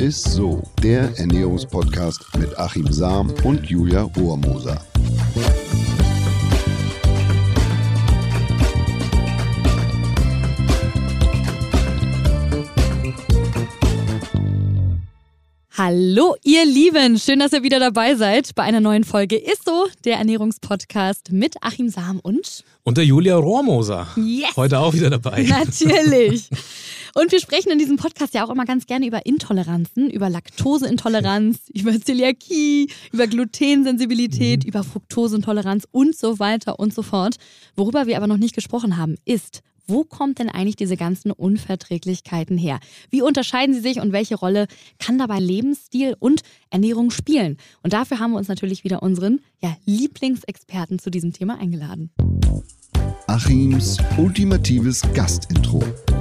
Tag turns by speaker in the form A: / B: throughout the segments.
A: ist so, der Ernährungspodcast mit Achim Sam und Julia Rohrmoser.
B: Hallo ihr Lieben, schön, dass ihr wieder dabei seid bei einer neuen Folge Ist so, der Ernährungspodcast mit Achim Sam und
C: der Julia Rohrmoser.
B: Yes!
C: Heute auch wieder dabei.
B: Natürlich. Und wir sprechen in diesem Podcast ja auch immer ganz gerne über Intoleranzen, über Laktoseintoleranz, über Zöliakie, über Glutensensibilität, über Fructoseintoleranz und so weiter und so fort. Worüber wir aber noch nicht gesprochen haben, ist: Wo kommt denn eigentlich diese ganzen Unverträglichkeiten her? Wie unterscheiden sie sich und welche Rolle kann dabei Lebensstil und Ernährung spielen? Und dafür haben wir uns natürlich wieder unseren Lieblingsexperten zu diesem Thema eingeladen.
A: Achims ultimatives Gastintro.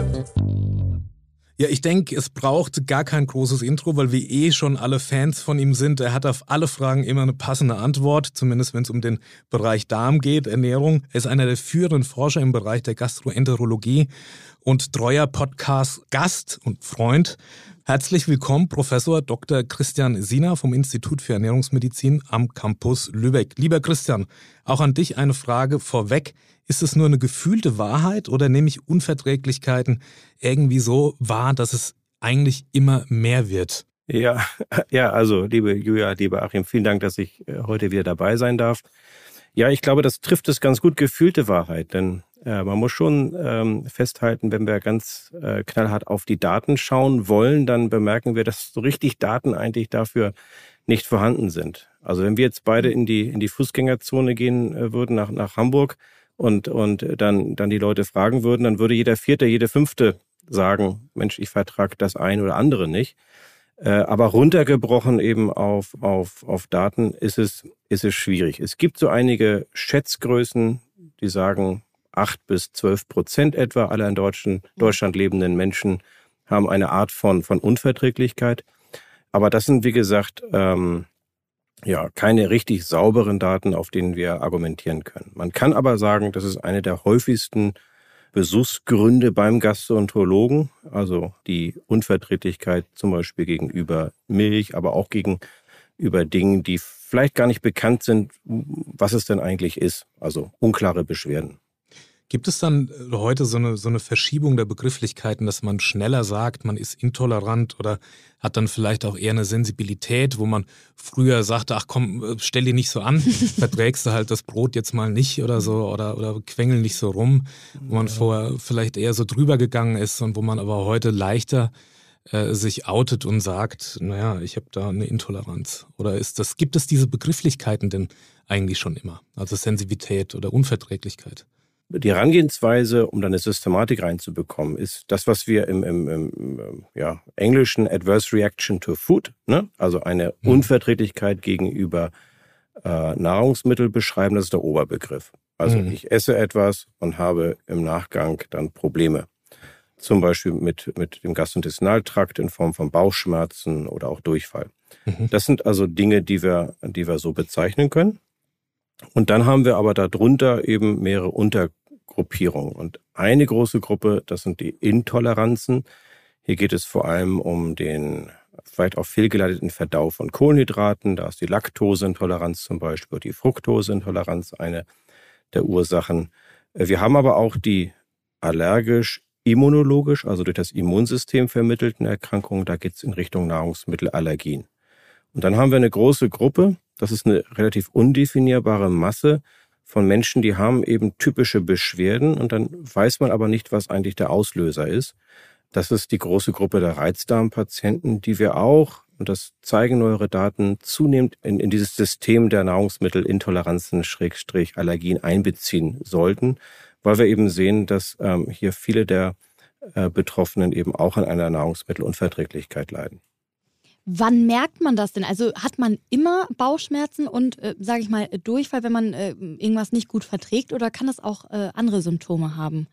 C: Ja, ich denke, es braucht gar kein großes Intro, weil wir schon alle Fans von ihm sind. Er hat auf alle Fragen immer eine passende Antwort, zumindest wenn es um den Bereich Darm geht, Ernährung. Er ist einer der führenden Forscher im Bereich der Gastroenterologie und treuer Podcast-Gast und Freund. Herzlich willkommen, Professor Dr. Christian Siener vom Institut für Ernährungsmedizin am Campus Lübeck. Lieber Christian, auch an dich eine Frage vorweg. Ist es nur eine gefühlte Wahrheit oder nehme ich Unverträglichkeiten irgendwie so wahr, dass es eigentlich immer mehr wird?
D: Ja, also liebe Julia, lieber Achim, vielen Dank, dass ich heute wieder dabei sein darf. Ja, ich glaube, das trifft es ganz gut, gefühlte Wahrheit, denn man muss schon festhalten, wenn wir ganz knallhart auf die Daten schauen wollen, dann bemerken wir, dass so richtig Daten eigentlich dafür nicht vorhanden sind. Also wenn wir jetzt beide in die Fußgängerzone gehen würden nach Hamburg und dann die Leute fragen würden, dann würde jeder Vierte, jede Fünfte sagen, Mensch, ich vertrage das ein oder andere nicht. Aber runtergebrochen eben auf Daten ist es schwierig. Es gibt so einige Schätzgrößen, die sagen, 8-12% etwa aller in Deutschland lebenden Menschen haben eine Art von Unverträglichkeit. Aber das sind, wie gesagt, keine richtig sauberen Daten, auf denen wir argumentieren können. Man kann aber sagen, das ist eine der häufigsten Besuchsgründe beim Gastroenterologen, also die Unverträglichkeit zum Beispiel gegenüber Milch, aber auch gegenüber Dingen, die vielleicht gar nicht bekannt sind, was es denn eigentlich ist, also unklare Beschwerden.
C: Gibt es dann heute so eine Verschiebung der Begrifflichkeiten, dass man schneller sagt, man ist intolerant oder hat dann vielleicht auch eher eine Sensibilität, wo man früher sagte, ach komm, stell dich nicht so an, verträgst du halt das Brot jetzt mal nicht oder so oder quengel nicht so rum, wo man vorher vielleicht eher so drüber gegangen ist und wo man aber heute leichter sich outet und sagt, naja, ich habe da eine Intoleranz. Oder gibt es diese Begrifflichkeiten denn eigentlich schon immer? Also Sensibilität oder Unverträglichkeit?
D: Die Herangehensweise, um da eine Systematik reinzubekommen, ist das, was wir im englischen Adverse Reaction to Food, ne? Also eine Unverträglichkeit gegenüber Nahrungsmittel beschreiben, das ist der Oberbegriff. Also ich esse etwas und habe im Nachgang dann Probleme. Zum Beispiel mit dem Gastrointestinaltrakt in Form von Bauchschmerzen oder auch Durchfall. Das sind also Dinge, die wir so bezeichnen können. Und dann haben wir aber darunter eben mehrere Untergruppierungen. Und eine große Gruppe, das sind die Intoleranzen. Hier geht es vor allem um den vielleicht auch fehlgeleiteten Verdau von Kohlenhydraten. Da ist die Laktoseintoleranz zum Beispiel, die Fructoseintoleranz eine der Ursachen. Wir haben aber auch die allergisch-immunologisch, also durch das Immunsystem vermittelten Erkrankungen. Da geht es in Richtung Nahrungsmittelallergien. Und dann haben wir eine große Gruppe, das ist eine relativ undefinierbare Masse von Menschen, die haben eben typische Beschwerden und dann weiß man aber nicht, was eigentlich der Auslöser ist. Das ist die große Gruppe der Reizdarmpatienten, die wir auch, und das zeigen neuere Daten, zunehmend in dieses System der Nahrungsmittelintoleranzen / Allergien einbeziehen sollten, weil wir eben sehen, dass hier viele der Betroffenen eben auch an einer Nahrungsmittelunverträglichkeit leiden.
B: Wann merkt man das denn? Also hat man immer Bauchschmerzen und, Durchfall, wenn man irgendwas nicht gut verträgt, oder kann das auch andere Symptome haben?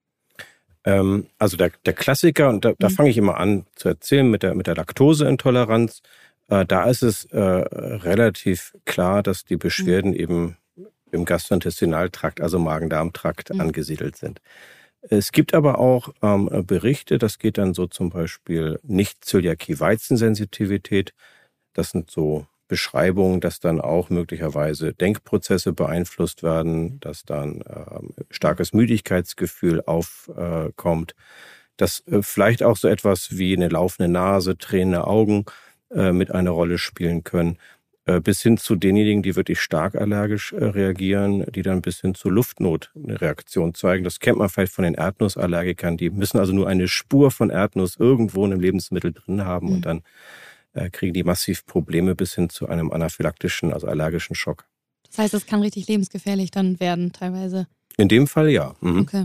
D: Also der Klassiker, und da fange ich immer an zu erzählen mit der Laktoseintoleranz. Da ist es relativ klar, dass die Beschwerden eben im Gastrointestinaltrakt, also Magen-Darm-Trakt, angesiedelt sind. Es gibt aber auch Berichte, das geht dann so zum Beispiel Nicht-Zöliakie-Weizensensitivität. Das sind so Beschreibungen, dass dann auch möglicherweise Denkprozesse beeinflusst werden, dass dann starkes Müdigkeitsgefühl aufkommt, dass vielleicht auch so etwas wie eine laufende Nase, tränende Augen mit einer Rolle spielen können, bis hin zu denjenigen, die wirklich stark allergisch reagieren, die dann bis hin zu Luftnot eine Reaktion zeigen. Das kennt man vielleicht von den Erdnussallergikern, die müssen also nur eine Spur von Erdnuss irgendwo in einem Lebensmittel drin haben und dann kriegen die massiv Probleme bis hin zu einem anaphylaktischen, also allergischen Schock.
B: Das heißt, es kann richtig lebensgefährlich dann werden teilweise?
D: In dem Fall ja. Mhm.
B: Okay.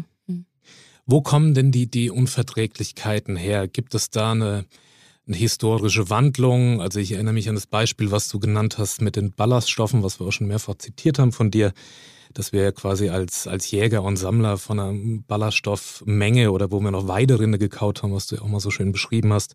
C: Wo kommen denn die Unverträglichkeiten her? Gibt es da eine historische Wandlung? Also ich erinnere mich an das Beispiel, was du genannt hast mit den Ballaststoffen, was wir auch schon mehrfach zitiert haben von dir, dass wir quasi als Jäger und Sammler von einer Ballaststoffmenge oder wo wir noch Weiderinde gekaut haben, was du ja auch mal so schön beschrieben hast,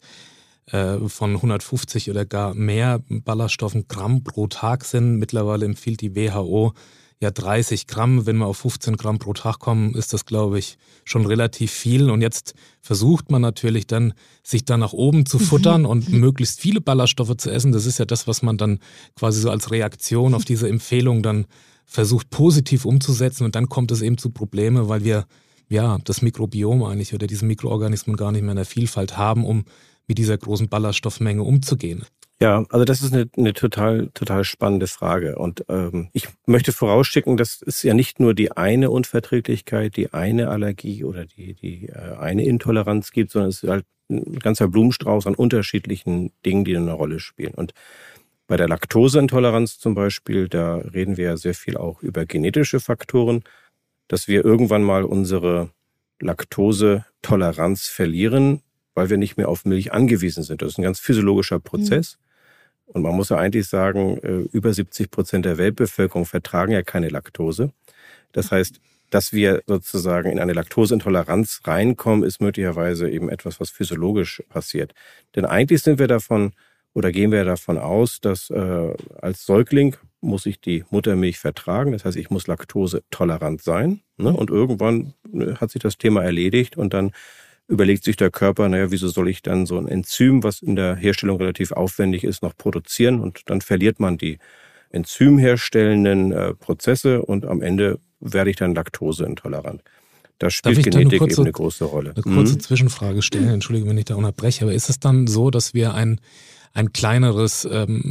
C: von 150 oder gar mehr Ballaststoffen Gramm pro Tag sind. Mittlerweile empfiehlt die WHO ja 30 Gramm. Wenn wir auf 15 Gramm pro Tag kommen, ist das, glaube ich, schon relativ viel. Und jetzt versucht man natürlich dann, sich da nach oben zu futtern und möglichst viele Ballaststoffe zu essen. Das ist ja das, was man dann quasi so als Reaktion auf diese Empfehlung dann versucht positiv umzusetzen. Und dann kommt es eben zu Problemen, weil wir ja das Mikrobiom eigentlich oder diese Mikroorganismen gar nicht mehr in der Vielfalt haben, um mit dieser großen Ballaststoffmenge umzugehen.
D: Ja, also das ist eine total spannende Frage. Und ich möchte vorausschicken, das ist ja nicht nur die eine Unverträglichkeit, die eine Allergie oder die eine Intoleranz gibt, sondern es ist halt ein ganzer Blumenstrauß an unterschiedlichen Dingen, die eine Rolle spielen. Und bei der Laktoseintoleranz zum Beispiel, da reden wir ja sehr viel auch über genetische Faktoren, dass wir irgendwann mal unsere Laktosetoleranz verlieren, weil wir nicht mehr auf Milch angewiesen sind. Das ist ein ganz physiologischer Prozess. Und man muss ja eigentlich sagen, über 70% der Weltbevölkerung vertragen ja keine Laktose. Das heißt, dass wir sozusagen in eine Laktoseintoleranz reinkommen, ist möglicherweise eben etwas, was physiologisch passiert. Denn eigentlich sind wir davon oder gehen wir davon aus, dass als Säugling muss ich die Muttermilch vertragen. Das heißt, ich muss laktosetolerant sein. Ne? Und irgendwann hat sich das Thema erledigt und dann überlegt sich der Körper, wieso soll ich dann so ein Enzym, was in der Herstellung relativ aufwendig ist, noch produzieren? Und dann verliert man die enzymherstellenden Prozesse und am Ende werde ich dann laktoseintolerant. Das spielt Genetik eben eine große Rolle.
C: Eine kurze Zwischenfrage stellen, entschuldige, wenn ich da unterbreche, aber ist es dann so, dass wir ein kleineres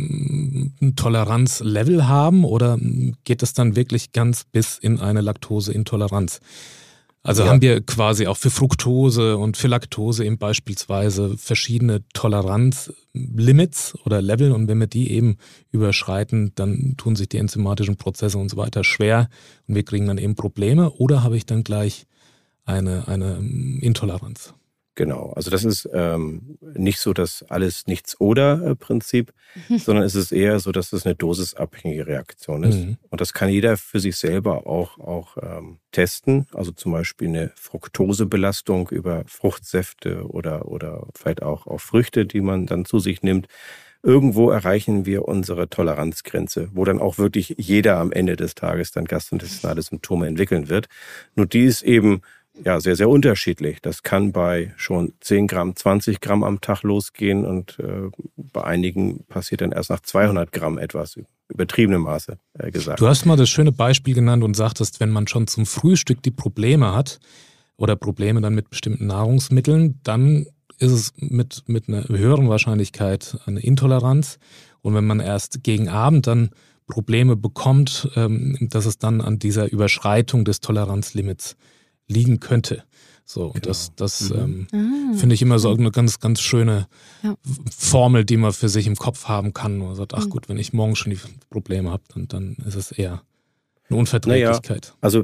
C: Toleranzlevel haben oder geht es dann wirklich ganz bis in eine Laktoseintoleranz? Also haben wir quasi auch für Fructose und für Laktose eben beispielsweise verschiedene Toleranzlimits oder Level und wenn wir die eben überschreiten, dann tun sich die enzymatischen Prozesse und so weiter schwer und wir kriegen dann eben Probleme oder habe ich dann gleich eine Intoleranz?
D: Genau, also das ist nicht so das Alles-Nichts-Oder-Prinzip, sondern es ist eher so, dass es eine dosisabhängige Reaktion ist. Und das kann jeder für sich selber auch testen. Also zum Beispiel eine Fructosebelastung über Fruchtsäfte oder vielleicht auch Früchte, die man dann zu sich nimmt. Irgendwo erreichen wir unsere Toleranzgrenze, wo dann auch wirklich jeder am Ende des Tages dann gastrointestinale Symptome entwickeln wird. Nur die ist eben sehr, sehr unterschiedlich. Das kann bei schon 10 Gramm, 20 Gramm am Tag losgehen und bei einigen passiert dann erst nach 200 Gramm etwas, übertriebenem Maße gesagt.
C: Du hast mal das schöne Beispiel genannt und sagtest, wenn man schon zum Frühstück die Probleme hat oder Probleme dann mit bestimmten Nahrungsmitteln, dann ist es mit einer höheren Wahrscheinlichkeit eine Intoleranz. Und wenn man erst gegen Abend dann Probleme bekommt, dass es dann an dieser Überschreitung des Toleranzlimits liegen könnte. So, genau. Das finde ich immer so eine ganz, ganz schöne Formel, die man für sich im Kopf haben kann. Man sagt, ach gut, wenn ich morgen schon die Probleme habe, dann ist es eher eine Unverträglichkeit.
D: Also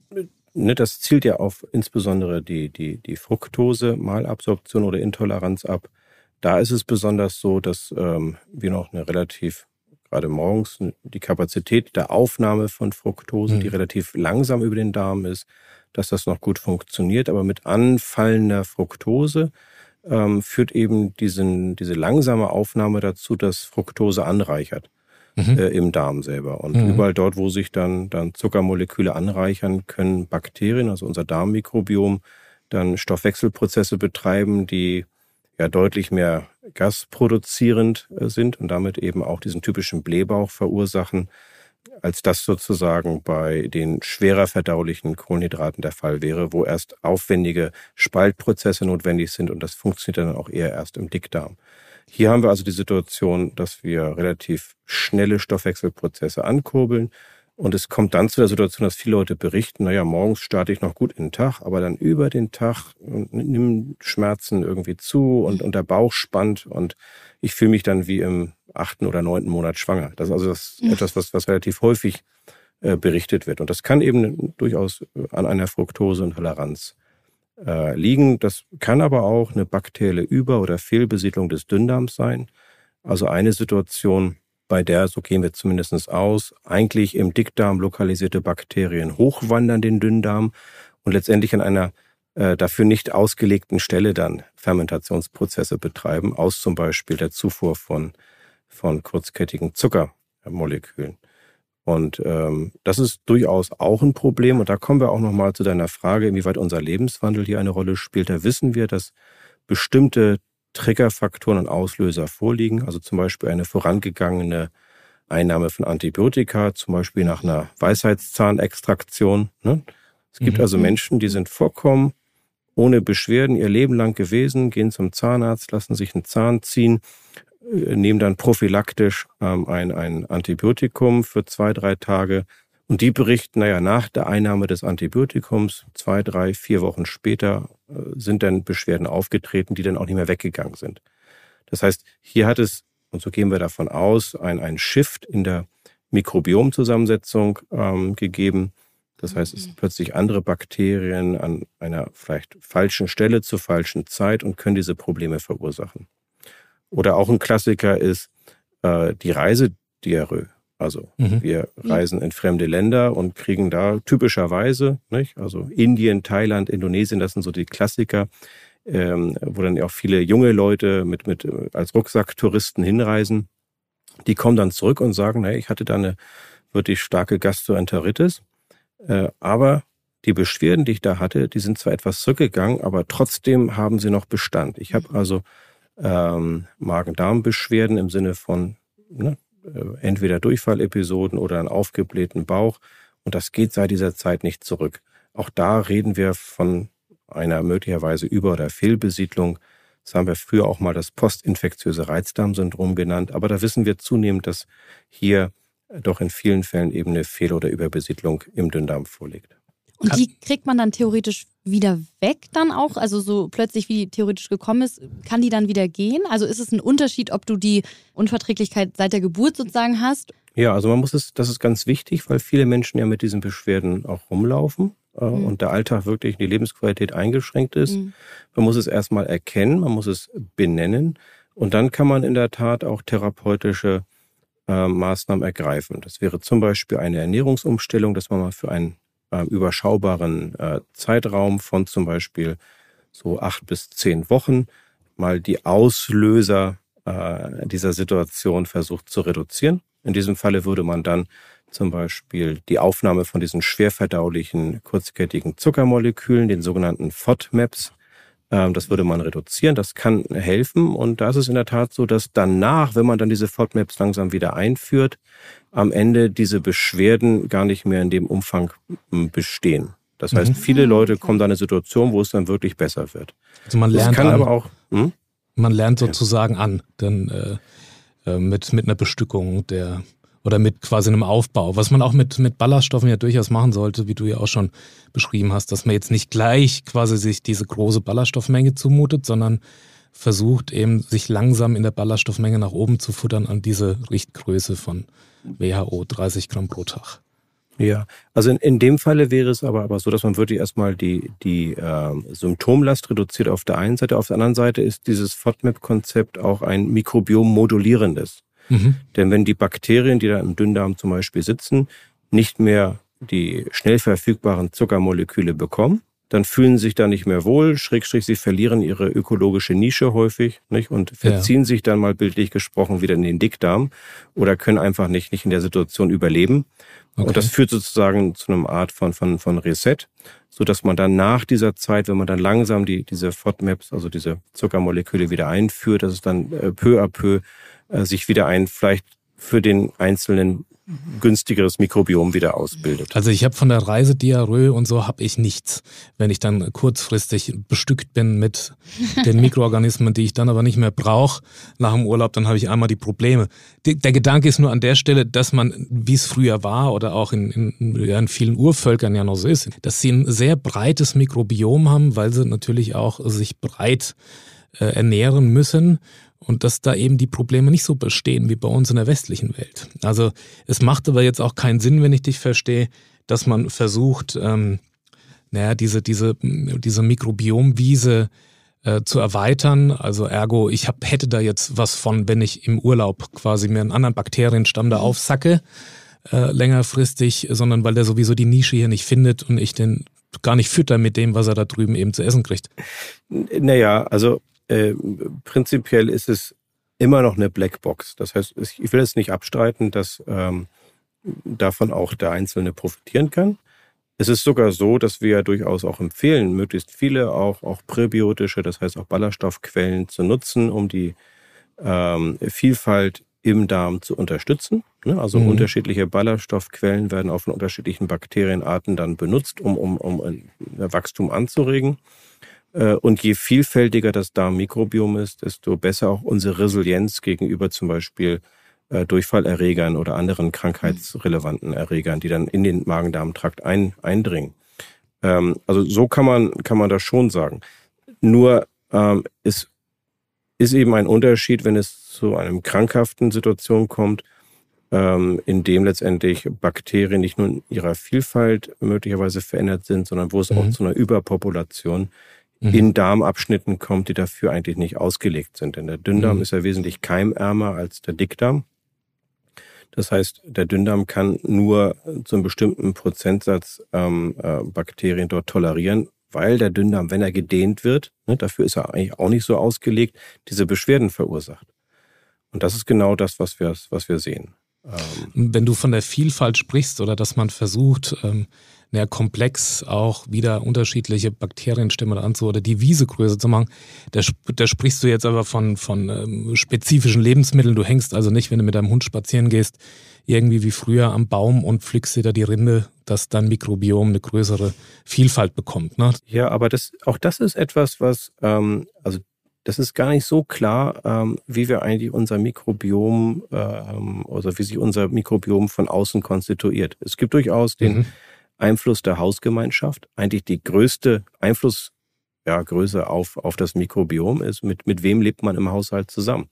D: das zielt ja auf insbesondere die Fructose-Malabsorption oder Intoleranz ab. Da ist es besonders so, dass wir noch eine relativ, gerade morgens, die Kapazität der Aufnahme von Fructose, die relativ langsam über den Darm ist, dass das noch gut funktioniert. Aber mit anfallender Fructose führt eben diese langsame Aufnahme dazu, dass Fructose anreichert. im Darm selber. Und überall dort, wo sich dann Zuckermoleküle anreichern, können Bakterien, also unser Darmmikrobiom, dann Stoffwechselprozesse betreiben, die ja deutlich mehr gasproduzierend sind und damit eben auch diesen typischen Blähbauch verursachen, als das sozusagen bei den schwerer verdaulichen Kohlenhydraten der Fall wäre, wo erst aufwendige Spaltprozesse notwendig sind und das funktioniert dann auch eher erst im Dickdarm. Hier haben wir also die Situation, dass wir relativ schnelle Stoffwechselprozesse ankurbeln und es kommt dann zu der Situation, dass viele Leute berichten, morgens starte ich noch gut in den Tag, aber dann über den Tag nehmen Schmerzen irgendwie zu und der Bauch spannt und ich fühle mich dann wie im 8. oder 9. Monat schwanger. Das ist also etwas, was relativ häufig berichtet wird und das kann eben durchaus an einer Fructoseintoleranz liegen. Das kann aber auch eine bakterielle Über- oder Fehlbesiedlung des Dünndarms sein. Also eine Situation, bei der, so gehen wir zumindest aus, eigentlich im Dickdarm lokalisierte Bakterien hochwandern den Dünndarm und letztendlich an einer dafür nicht ausgelegten Stelle dann Fermentationsprozesse betreiben, aus zum Beispiel der Zufuhr von kurzkettigen Zuckermolekülen. Und das ist durchaus auch ein Problem. Und da kommen wir auch nochmal zu deiner Frage, inwieweit unser Lebenswandel hier eine Rolle spielt. Da wissen wir, dass bestimmte Triggerfaktoren und Auslöser vorliegen. Also zum Beispiel eine vorangegangene Einnahme von Antibiotika, zum Beispiel nach einer Weisheitszahnextraktion. Ne? Es gibt also Menschen, die sind vollkommen ohne Beschwerden ihr Leben lang gewesen, gehen zum Zahnarzt, lassen sich einen Zahn ziehen, nehmen dann prophylaktisch ein Antibiotikum für 2-3 Tage und die berichten, nach der Einnahme des Antibiotikums 2, 3, 4 Wochen später sind dann Beschwerden aufgetreten, die dann auch nicht mehr weggegangen sind. Das heißt, hier hat es, und so gehen wir davon aus, ein Shift in der Mikrobiomzusammensetzung gegeben. Das heißt, es sind plötzlich andere Bakterien an einer vielleicht falschen Stelle zur falschen Zeit und können diese Probleme verursachen. Oder auch ein Klassiker ist die Reisediarrhoe. Also wir reisen in fremde Länder und kriegen da typischerweise, also Indien, Thailand, Indonesien, das sind so die Klassiker, wo dann auch viele junge Leute mit als Rucksacktouristen hinreisen. Die kommen dann zurück und sagen, ich hatte da eine wirklich starke Gastroenteritis, aber die Beschwerden, die ich da hatte, die sind zwar etwas zurückgegangen, aber trotzdem haben sie noch Bestand. Ich habe also Magen-Darm-Beschwerden im Sinne von entweder Durchfallepisoden oder einen aufgeblähten Bauch. Und das geht seit dieser Zeit nicht zurück. Auch da reden wir von einer möglicherweise Über- oder Fehlbesiedlung. Das haben wir früher auch mal das postinfektiöse Reizdarmsyndrom genannt. Aber da wissen wir zunehmend, dass hier doch in vielen Fällen eben eine Fehl- oder Überbesiedlung im Dünndarm vorliegt.
B: Und die kriegt man dann theoretisch wieder weg dann auch? Also so plötzlich, wie die theoretisch gekommen ist, kann die dann wieder gehen? Also ist es ein Unterschied, ob du die Unverträglichkeit seit der Geburt sozusagen hast?
D: Ja, also das ist ganz wichtig, weil viele Menschen ja mit diesen Beschwerden auch rumlaufen und der Alltag wirklich, die Lebensqualität eingeschränkt ist. Man muss es erstmal erkennen, man muss es benennen und dann kann man in der Tat auch therapeutische Maßnahmen ergreifen. Das wäre zum Beispiel eine Ernährungsumstellung, dass man mal für einen überschaubaren Zeitraum von zum Beispiel so 8 bis 10 Wochen mal die Auslöser dieser Situation versucht zu reduzieren. In diesem Falle würde man dann zum Beispiel die Aufnahme von diesen schwerverdaulichen kurzkettigen Zuckermolekülen, den sogenannten FODMAPs, das würde man reduzieren. Das kann helfen und da ist es in der Tat so, dass danach, wenn man dann diese FODMAPs langsam wieder einführt, am Ende diese Beschwerden gar nicht mehr in dem Umfang bestehen. Das heißt, viele Leute kommen da in eine Situation, wo es dann wirklich besser wird.
C: Also man lernt
D: aber auch.
C: Man lernt sozusagen an, dann mit einer Bestückung oder mit quasi einem Aufbau, was man auch mit Ballaststoffen ja durchaus machen sollte, wie du ja auch schon beschrieben hast, dass man jetzt nicht gleich quasi sich diese große Ballaststoffmenge zumutet, sondern versucht eben sich langsam in der Ballaststoffmenge nach oben zu futtern an diese Richtgröße von WHO 30 Gramm pro Tag.
D: Ja, also in dem Falle wäre es aber so, dass man wirklich erstmal die Symptomlast reduziert auf der einen Seite. Auf der anderen Seite ist dieses FODMAP-Konzept auch ein Mikrobiom-modulierendes. Denn wenn die Bakterien, die da im Dünndarm zum Beispiel sitzen, nicht mehr die schnell verfügbaren Zuckermoleküle bekommen, dann fühlen sie sich da nicht mehr wohl, Schrägstrich, sie verlieren ihre ökologische Nische häufig, nicht? Und verziehen sich dann mal bildlich gesprochen wieder in den Dickdarm oder können einfach nicht in der Situation überleben. Okay. Und das führt sozusagen zu einer Art von Reset, so dass man dann nach dieser Zeit, wenn man dann langsam diese FODMAPs, also diese Zuckermoleküle wieder einführt, dass es dann peu à peu sich wieder ein vielleicht für den Einzelnen günstigeres Mikrobiom wieder ausbildet.
C: Also ich habe von der Reisediarrhoe und so habe ich nichts. Wenn ich dann kurzfristig bestückt bin mit den Mikroorganismen, die ich dann aber nicht mehr brauche nach dem Urlaub, dann habe ich einmal die Probleme. Der Gedanke ist nur an der Stelle, dass man, wie es früher war oder auch in vielen Urvölkern ja noch so ist, dass sie ein sehr breites Mikrobiom haben, weil sie natürlich auch sich breit ernähren müssen. Und dass da eben die Probleme nicht so bestehen wie bei uns in der westlichen Welt. Also es macht aber jetzt auch keinen Sinn, wenn ich dich verstehe, dass man versucht, diese Mikrobiomwiese zu erweitern. Also ergo, ich hätte da jetzt was von, wenn ich im Urlaub quasi mir einen anderen Bakterienstamm da aufsacke, längerfristig, sondern weil der sowieso die Nische hier nicht findet und ich den gar nicht fütter mit dem, was er da drüben eben zu essen kriegt.
D: Naja, also prinzipiell ist es immer noch eine Blackbox. Das heißt, ich will jetzt nicht abstreiten, dass davon auch der Einzelne profitieren kann. Es ist sogar so, dass wir ja durchaus auch empfehlen, möglichst viele auch präbiotische, das heißt auch Ballaststoffquellen zu nutzen, um die Vielfalt im Darm zu unterstützen. Also unterschiedliche Ballaststoffquellen werden auch von unterschiedlichen Bakterienarten dann benutzt, um ein Wachstum anzuregen. Und je vielfältiger das Darmmikrobiom ist, desto besser auch unsere Resilienz gegenüber zum Beispiel Durchfallerregern oder anderen krankheitsrelevanten Erregern, die dann in den Magen-Darm-Trakt eindringen. Also so kann man das schon sagen. Nur es ist eben ein Unterschied, wenn es zu einem krankhaften Situation kommt, in dem letztendlich Bakterien nicht nur in ihrer Vielfalt möglicherweise verändert sind, sondern wo es auch zu einer Überpopulation in Darmabschnitten kommt, die dafür eigentlich nicht ausgelegt sind. Denn der Dünndarm ist ja wesentlich keimärmer als der Dickdarm. Das heißt, der Dünndarm kann nur zu einem bestimmten Prozentsatz Bakterien dort tolerieren, weil der Dünndarm, wenn er gedehnt wird, dafür ist er eigentlich auch nicht so ausgelegt, diese Beschwerden verursacht. Und das ist genau das, was wir sehen.
C: Wenn du von der Vielfalt sprichst oder dass man versucht, komplex auch wieder unterschiedliche Bakterienstämme oder die Wiesegröße zu machen, da sprichst du jetzt aber von spezifischen Lebensmitteln. Du hängst also nicht, wenn du mit deinem Hund spazieren gehst, irgendwie wie früher am Baum und pflückst dir da die Rinde, dass dein Mikrobiom eine größere Vielfalt bekommt. Ne?
D: Ja, aber das ist etwas, was das ist gar nicht so klar, wie wir eigentlich unser Mikrobiom oder wie sich unser Mikrobiom von außen konstituiert. Es gibt durchaus den Einfluss der Hausgemeinschaft. Eigentlich die größte Größe auf das Mikrobiom ist, mit wem lebt man im Haushalt zusammen.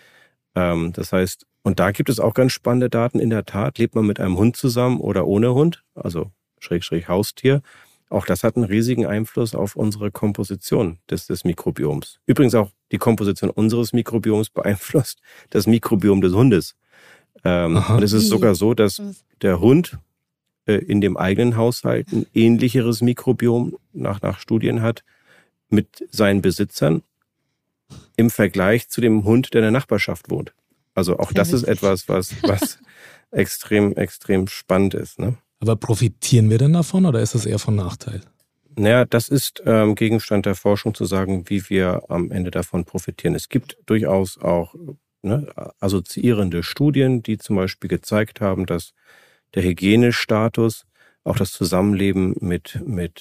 D: Das heißt, und da gibt es auch ganz spannende Daten. In der Tat, lebt man mit einem Hund zusammen oder ohne Hund, also / Haustier. Auch das hat einen riesigen Einfluss auf unsere Komposition des Mikrobioms. Übrigens auch die Komposition unseres Mikrobioms beeinflusst das Mikrobiom des Hundes. Und es ist sogar so, dass der Hund in dem eigenen Haushalt ein ähnlicheres Mikrobiom nach Studien hat mit seinen Besitzern im Vergleich zu dem Hund, der in der Nachbarschaft wohnt. Also auch das ist etwas, was extrem, extrem spannend ist, ne?
C: Aber profitieren wir denn davon oder ist das eher von Nachteil?
D: Naja, das ist Gegenstand der Forschung zu sagen, wie wir am Ende davon profitieren. Es gibt durchaus auch assoziierende Studien, die zum Beispiel gezeigt haben, dass der Hygienestatus, auch das Zusammenleben mit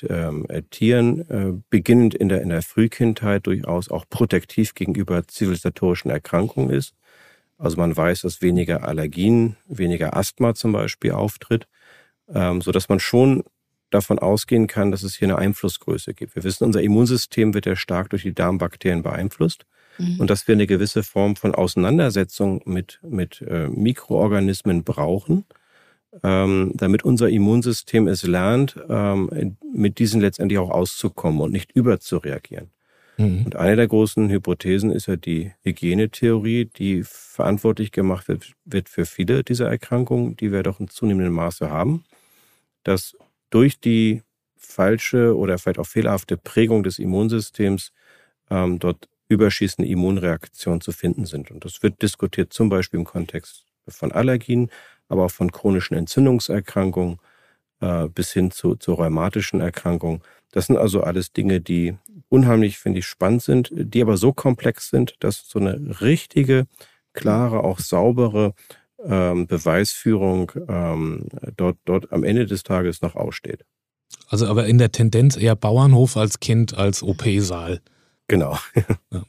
D: Tieren, beginnend in der Frühkindheit durchaus auch protektiv gegenüber zivilisatorischen Erkrankungen ist. Also man weiß, dass weniger Allergien, weniger Asthma zum Beispiel auftritt, sodass man schon davon ausgehen kann, dass es hier eine Einflussgröße gibt. Wir wissen, unser Immunsystem wird ja stark durch die Darmbakterien beeinflusst und dass wir eine gewisse Form von Auseinandersetzung mit Mikroorganismen brauchen, damit unser Immunsystem es lernt, mit diesen letztendlich auch auszukommen und nicht überzureagieren. Und eine der großen Hypothesen ist ja die Hygienetheorie, die verantwortlich gemacht wird für viele dieser Erkrankungen, die wir doch in zunehmendem Maße haben, dass durch die falsche oder vielleicht auch fehlerhafte Prägung des Immunsystems dort überschießende Immunreaktionen zu finden sind. Und das wird diskutiert zum Beispiel im Kontext von Allergien, aber auch von chronischen Entzündungserkrankungen bis hin zu rheumatischen Erkrankungen. Das sind also alles Dinge, die unheimlich, finde ich, spannend sind, die aber so komplex sind, dass so eine richtige, klare, auch saubere Beweisführung dort am Ende des Tages noch aussteht.
C: Also aber in der Tendenz eher Bauernhof als Kind als OP-Saal.
D: Genau.
C: Ja.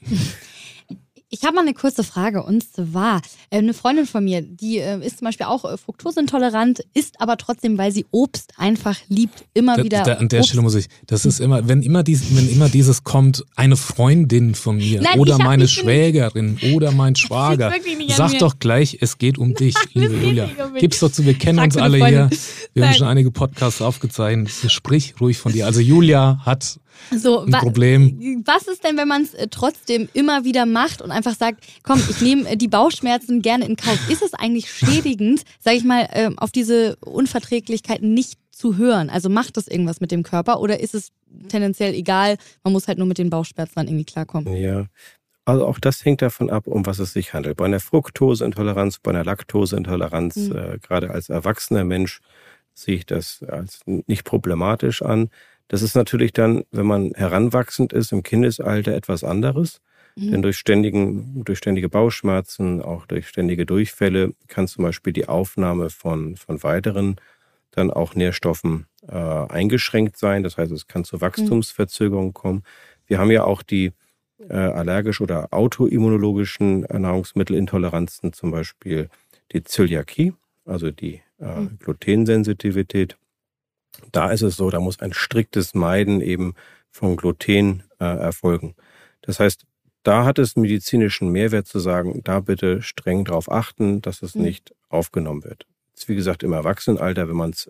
B: Ich habe mal eine kurze Frage, und zwar eine Freundin von mir, die ist zum Beispiel auch fruktoseintolerant, isst aber trotzdem, weil sie Obst einfach liebt, immer wieder
C: an der
B: Obst.
C: Stelle muss ich, das ist immer, wenn immer dieses kommt, eine Freundin von mir oder meine Schwägerin oder mein Schwager, sag doch gleich, es geht um dich, liebe Julia. Gib's doch zu, wir kennen uns alle hier, wir haben schon einige Podcasts aufgezeichnet, sprich ruhig von dir. Also Julia hat ein Problem.
B: Was ist denn, wenn man es trotzdem immer wieder macht und einfach sagt, komm, ich nehme die Bauchschmerzen gerne in Kauf? Ist es eigentlich schädigend, sage ich mal, auf diese Unverträglichkeiten nicht zu hören? Also macht das irgendwas mit dem Körper oder ist es tendenziell egal, man muss halt nur mit den Bauchschmerzen dann irgendwie klarkommen?
D: Ja, also auch das hängt davon ab, um was es sich handelt. Bei einer Fructoseintoleranz, bei einer Laktoseintoleranz, gerade als erwachsener Mensch sehe ich das als nicht problematisch an. Das ist natürlich dann, wenn man heranwachsend ist, im Kindesalter etwas anderes. Denn durch ständige Bauchschmerzen, auch durch ständige Durchfälle kann zum Beispiel die Aufnahme von weiteren dann auch Nährstoffen eingeschränkt sein. Das heißt, es kann zu Wachstumsverzögerungen kommen. Wir haben ja auch die allergisch oder autoimmunologischen Nahrungsmittelintoleranzen, zum Beispiel die Zöliakie, also die Glutensensitivität. Da ist es so, da muss ein striktes Meiden eben von Gluten erfolgen. Das heißt, da hat es medizinischen Mehrwert zu sagen, da bitte streng darauf achten, dass es nicht aufgenommen wird. Jetzt, wie gesagt, im Erwachsenenalter, wenn man es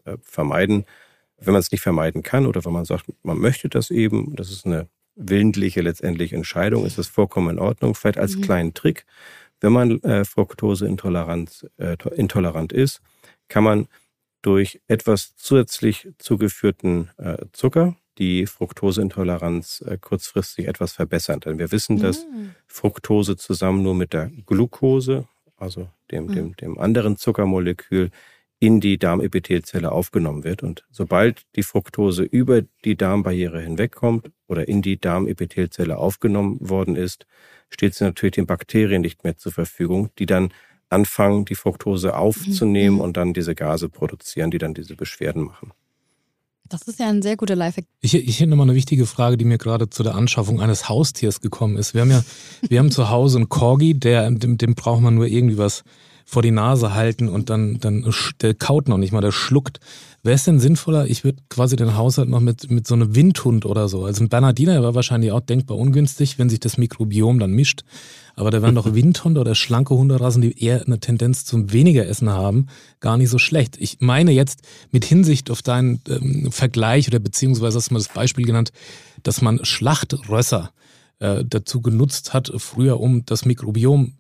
D: nicht vermeiden kann oder wenn man sagt, man möchte das eben, das ist eine willentliche letztendlich Entscheidung, ist das vollkommen in Ordnung. Vielleicht als kleinen Trick, wenn man Fructoseintolerant ist, kann man durch etwas zusätzlich zugeführten Zucker die Fructoseintoleranz kurzfristig etwas verbessern. Denn wir wissen, dass Fructose zusammen nur mit der Glucose, also dem anderen Zuckermolekül, in die Darmepithelzelle aufgenommen wird. Und sobald die Fructose über die Darmbarriere hinwegkommt oder in die Darmepithelzelle aufgenommen worden ist, steht sie natürlich den Bakterien nicht mehr zur Verfügung, die dann anfangen, die Fructose aufzunehmen und dann diese Gase produzieren, die dann diese Beschwerden machen.
B: Das ist ja ein sehr guter Lifehack.
C: Ich hätte nochmal eine wichtige Frage, die mir gerade zu der Anschaffung eines Haustiers gekommen ist. Wir haben zu Hause einen Corgi, dem braucht man nur irgendwie was vor die Nase halten und dann der kaut noch nicht mal, der schluckt. Wäre es denn sinnvoller, ich würde quasi den Haushalt noch mit so einem Windhund oder so, also ein Bernardiner war wahrscheinlich auch denkbar ungünstig, wenn sich das Mikrobiom dann mischt, aber da wären doch Windhunde oder schlanke Hunderassen, die eher eine Tendenz zum weniger Essen haben, gar nicht so schlecht. Ich meine jetzt mit Hinsicht auf deinen Vergleich oder beziehungsweise hast du mal das Beispiel genannt, dass man Schlachtrösser dazu genutzt hat, früher um das Mikrobiom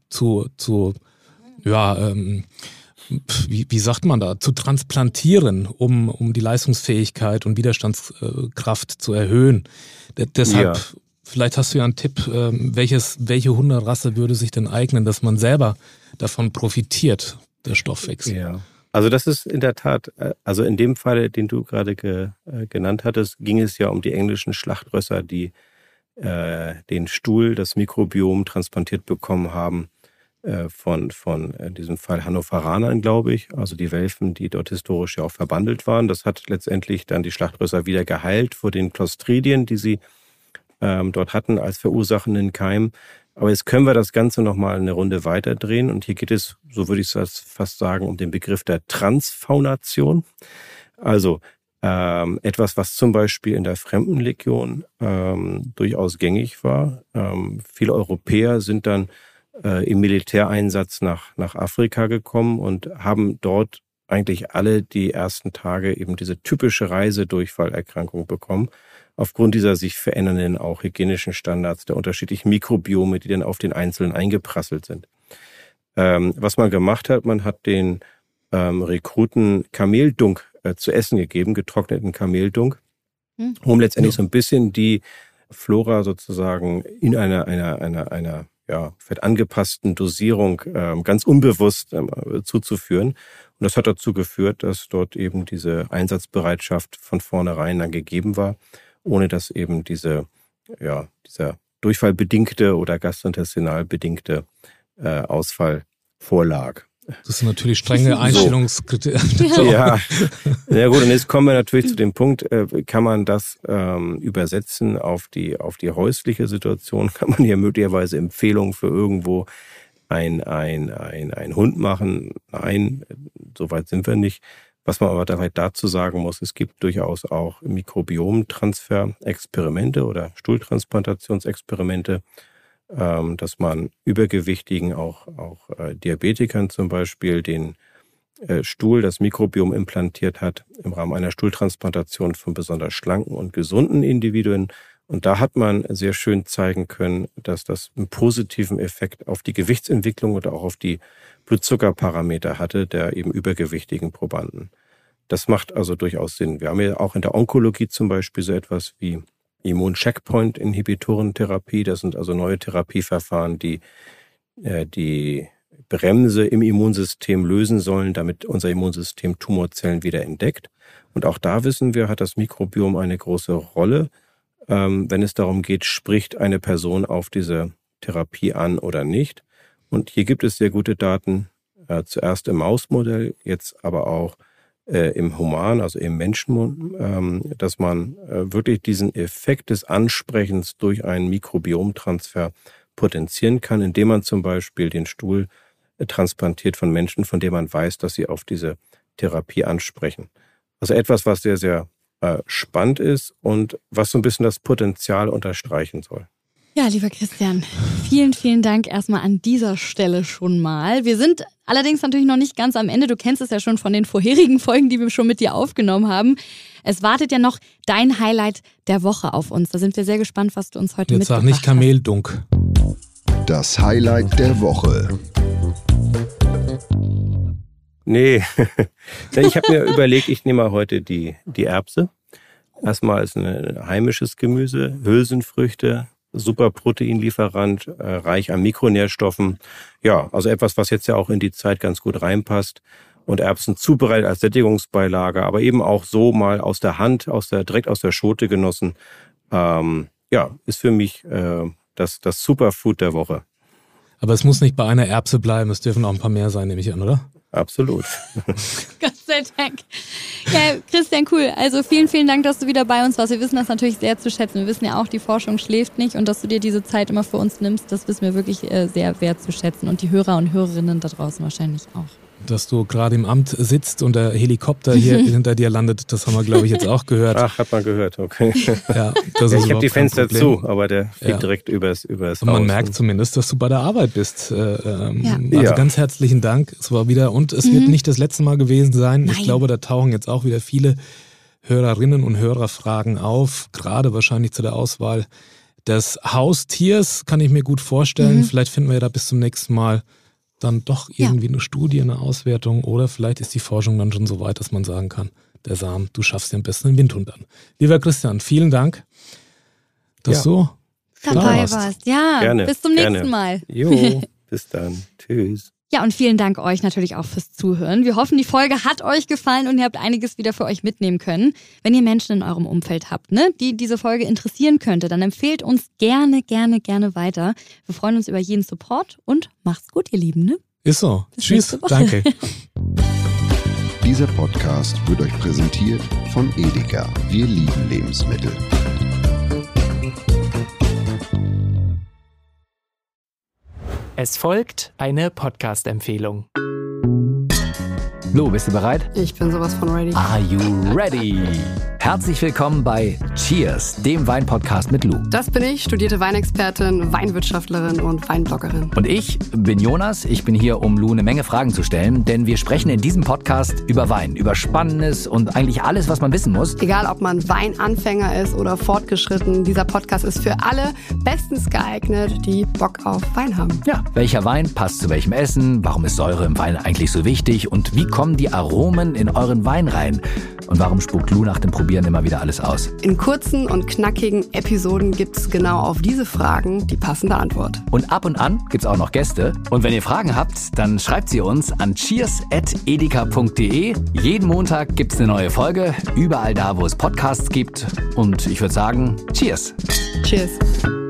C: wie sagt man da, zu transplantieren, um die Leistungsfähigkeit und Widerstandskraft zu erhöhen. Deshalb, vielleicht hast du ja einen Tipp, welche Hunderasse würde sich denn eignen, dass man selber davon profitiert, der Stoffwechsel.
D: Ja. Also das ist in der Tat, also in dem Fall, den du gerade genannt hattest, ging es ja um die englischen Schlachtrösser, die den Stuhl, das Mikrobiom transplantiert bekommen haben, von in diesem Fall Hannoveranern, glaube ich, also die Welfen, die dort historisch ja auch verbandelt waren. Das hat letztendlich dann die Schlachtrösser wieder geheilt vor den Clostridien, die sie dort hatten als verursachenden Keim. Aber jetzt können wir das Ganze nochmal eine Runde weiterdrehen und hier geht es, so würde ich es fast sagen, um den Begriff der Transfaunation. Also etwas, was zum Beispiel in der Fremdenlegion durchaus gängig war. Viele Europäer sind dann im Militäreinsatz nach Afrika gekommen und haben dort eigentlich alle die ersten Tage eben diese typische Reisedurchfallerkrankung bekommen, aufgrund dieser sich verändernden auch hygienischen Standards, der unterschiedlichen Mikrobiome, die dann auf den Einzelnen eingeprasselt sind. Was man gemacht hat, man hat den Rekruten Kameldunk zu essen gegeben, getrockneten Kameldunk. um letztendlich so ein bisschen die Flora sozusagen in einer vielleicht angepassten Dosierung ganz unbewusst zuzuführen. Und das hat dazu geführt, dass dort eben diese Einsatzbereitschaft von vornherein dann gegeben war, ohne dass eben dieser durchfallbedingte oder gastrointestinal bedingte Ausfall vorlag.
C: Das sind natürlich strenge Einstellungskriterien.
D: Ja gut, und jetzt kommen wir natürlich zu dem Punkt, kann man das übersetzen auf die häusliche Situation? Kann man hier möglicherweise Empfehlungen für irgendwo ein Hund machen? Nein, soweit sind wir nicht. Was man aber vielleicht dazu sagen muss, es gibt durchaus auch Mikrobiomtransfer-Experimente oder Stuhltransplantationsexperimente, dass man Übergewichtigen, auch Diabetikern zum Beispiel, den Stuhl, das Mikrobiom implantiert hat im Rahmen einer Stuhltransplantation von besonders schlanken und gesunden Individuen. Und da hat man sehr schön zeigen können, dass das einen positiven Effekt auf die Gewichtsentwicklung oder auch auf die Blutzuckerparameter hatte der eben übergewichtigen Probanden. Das macht also durchaus Sinn. Wir haben ja auch in der Onkologie zum Beispiel so etwas wie Immun-Checkpoint-Inhibitorentherapie. Das sind also neue Therapieverfahren, die die Bremse im Immunsystem lösen sollen, damit unser Immunsystem Tumorzellen wieder entdeckt. Und auch da wissen wir, hat das Mikrobiom eine große Rolle, wenn es darum geht, spricht eine Person auf diese Therapie an oder nicht. Und hier gibt es sehr gute Daten, zuerst im Mausmodell, jetzt aber auch im Human, also im Menschen, dass man wirklich diesen Effekt des Ansprechens durch einen Mikrobiomtransfer potenzieren kann, indem man zum Beispiel den Stuhl transplantiert von Menschen, von denen man weiß, dass sie auf diese Therapie ansprechen. Also etwas, was sehr, sehr spannend ist und was so ein bisschen das Potenzial unterstreichen soll.
B: Ja, lieber Christian, vielen, vielen Dank erstmal an dieser Stelle schon mal. Wir sind allerdings natürlich noch nicht ganz am Ende. Du kennst es ja schon von den vorherigen Folgen, die wir schon mit dir aufgenommen haben. Es wartet ja noch dein Highlight der Woche auf uns. Da sind wir sehr gespannt, was du uns heute mitgebracht hast.
C: Jetzt sag nicht Kameldunk.
A: Das Highlight der Woche.
D: Nee, ich habe mir überlegt, ich nehme mal heute die Erbse. Erstmal ist ein heimisches Gemüse, Hülsenfrüchte, super Proteinlieferant, reich an Mikronährstoffen. Ja, also etwas, was jetzt ja auch in die Zeit ganz gut reinpasst. Und Erbsen zubereitet als Sättigungsbeilage, aber eben auch so mal aus der Hand, direkt aus der Schote genossen. Ist für mich das Superfood der Woche.
C: Aber es muss nicht bei einer Erbse bleiben, es dürfen auch ein paar mehr sein, nehme ich an, oder?
D: Absolut.
B: Gott sei Dank. Ja, Christian, cool. Also vielen, vielen Dank, dass du wieder bei uns warst. Wir wissen das natürlich sehr zu schätzen. Wir wissen ja auch, die Forschung schläft nicht und dass du dir diese Zeit immer für uns nimmst, das wissen wir wirklich sehr wert zu schätzen und die Hörer und Hörerinnen da draußen wahrscheinlich auch.
C: Dass du gerade im Amt sitzt und der Helikopter hier hinter dir landet, das haben wir, glaube ich, jetzt auch gehört.
D: Ach, hat man gehört, okay.
C: Ja,
D: ich habe die Fenster zu, aber der fliegt direkt übers Haus.
C: Und man merkt zumindest, dass du bei der Arbeit bist. Also ganz herzlichen Dank. Es war wieder, und es wird nicht das letzte Mal gewesen sein. Nein. Ich glaube, da tauchen jetzt auch wieder viele Hörerinnen und Hörerfragen auf, gerade wahrscheinlich zu der Auswahl des Haustiers, kann ich mir gut vorstellen. Vielleicht finden wir ja da bis zum nächsten Mal dann doch irgendwie eine Studie, eine Auswertung, oder vielleicht ist die Forschung dann schon so weit, dass man sagen kann, der Sam, du schaffst dir am besten einen Windhund an. Lieber Christian, vielen Dank, dass du
B: dabei warst. Ja,
D: gerne,
B: bis zum nächsten Mal.
D: Jo, bis dann. Tschüss.
B: Ja, und vielen Dank euch natürlich auch fürs Zuhören. Wir hoffen, die Folge hat euch gefallen und ihr habt einiges wieder für euch mitnehmen können. Wenn ihr Menschen in eurem Umfeld habt, die diese Folge interessieren könnte, dann empfehlt uns gerne weiter. Wir freuen uns über jeden Support und macht's gut, ihr Lieben. Ne?
C: Ist so. Tschüss. Danke.
A: Dieser Podcast wird euch präsentiert von Edeka. Wir lieben Lebensmittel.
E: Es folgt eine Podcast-Empfehlung.
F: Lou, bist du bereit?
G: Ich bin sowas von ready.
F: Are you ready? Herzlich willkommen bei Cheers, dem Weinpodcast mit Lou.
G: Das bin ich, studierte Weinexpertin, Weinwirtschaftlerin und Weinbloggerin.
F: Und ich bin Jonas. Ich bin hier, um Lou eine Menge Fragen zu stellen, denn wir sprechen in diesem Podcast über Wein, über Spannendes und eigentlich alles, was man wissen muss.
G: Egal, ob man Weinanfänger ist oder fortgeschritten, dieser Podcast ist für alle bestens geeignet, die Bock auf Wein haben.
F: Ja, welcher Wein passt zu welchem Essen? Warum ist Säure im Wein eigentlich so wichtig? Und wie kommen die Aromen in euren Wein rein? Und warum spuckt Lou nach dem Probieren probieren immer wieder alles aus.
G: In kurzen und knackigen Episoden gibt's genau auf diese Fragen die passende Antwort.
F: Und ab und an gibt's auch noch Gäste. Und wenn ihr Fragen habt, dann schreibt sie uns an cheers@edeka.de. Jeden Montag gibt's eine neue Folge, überall da, wo es Podcasts gibt. Und ich würde sagen, Cheers.
G: Cheers.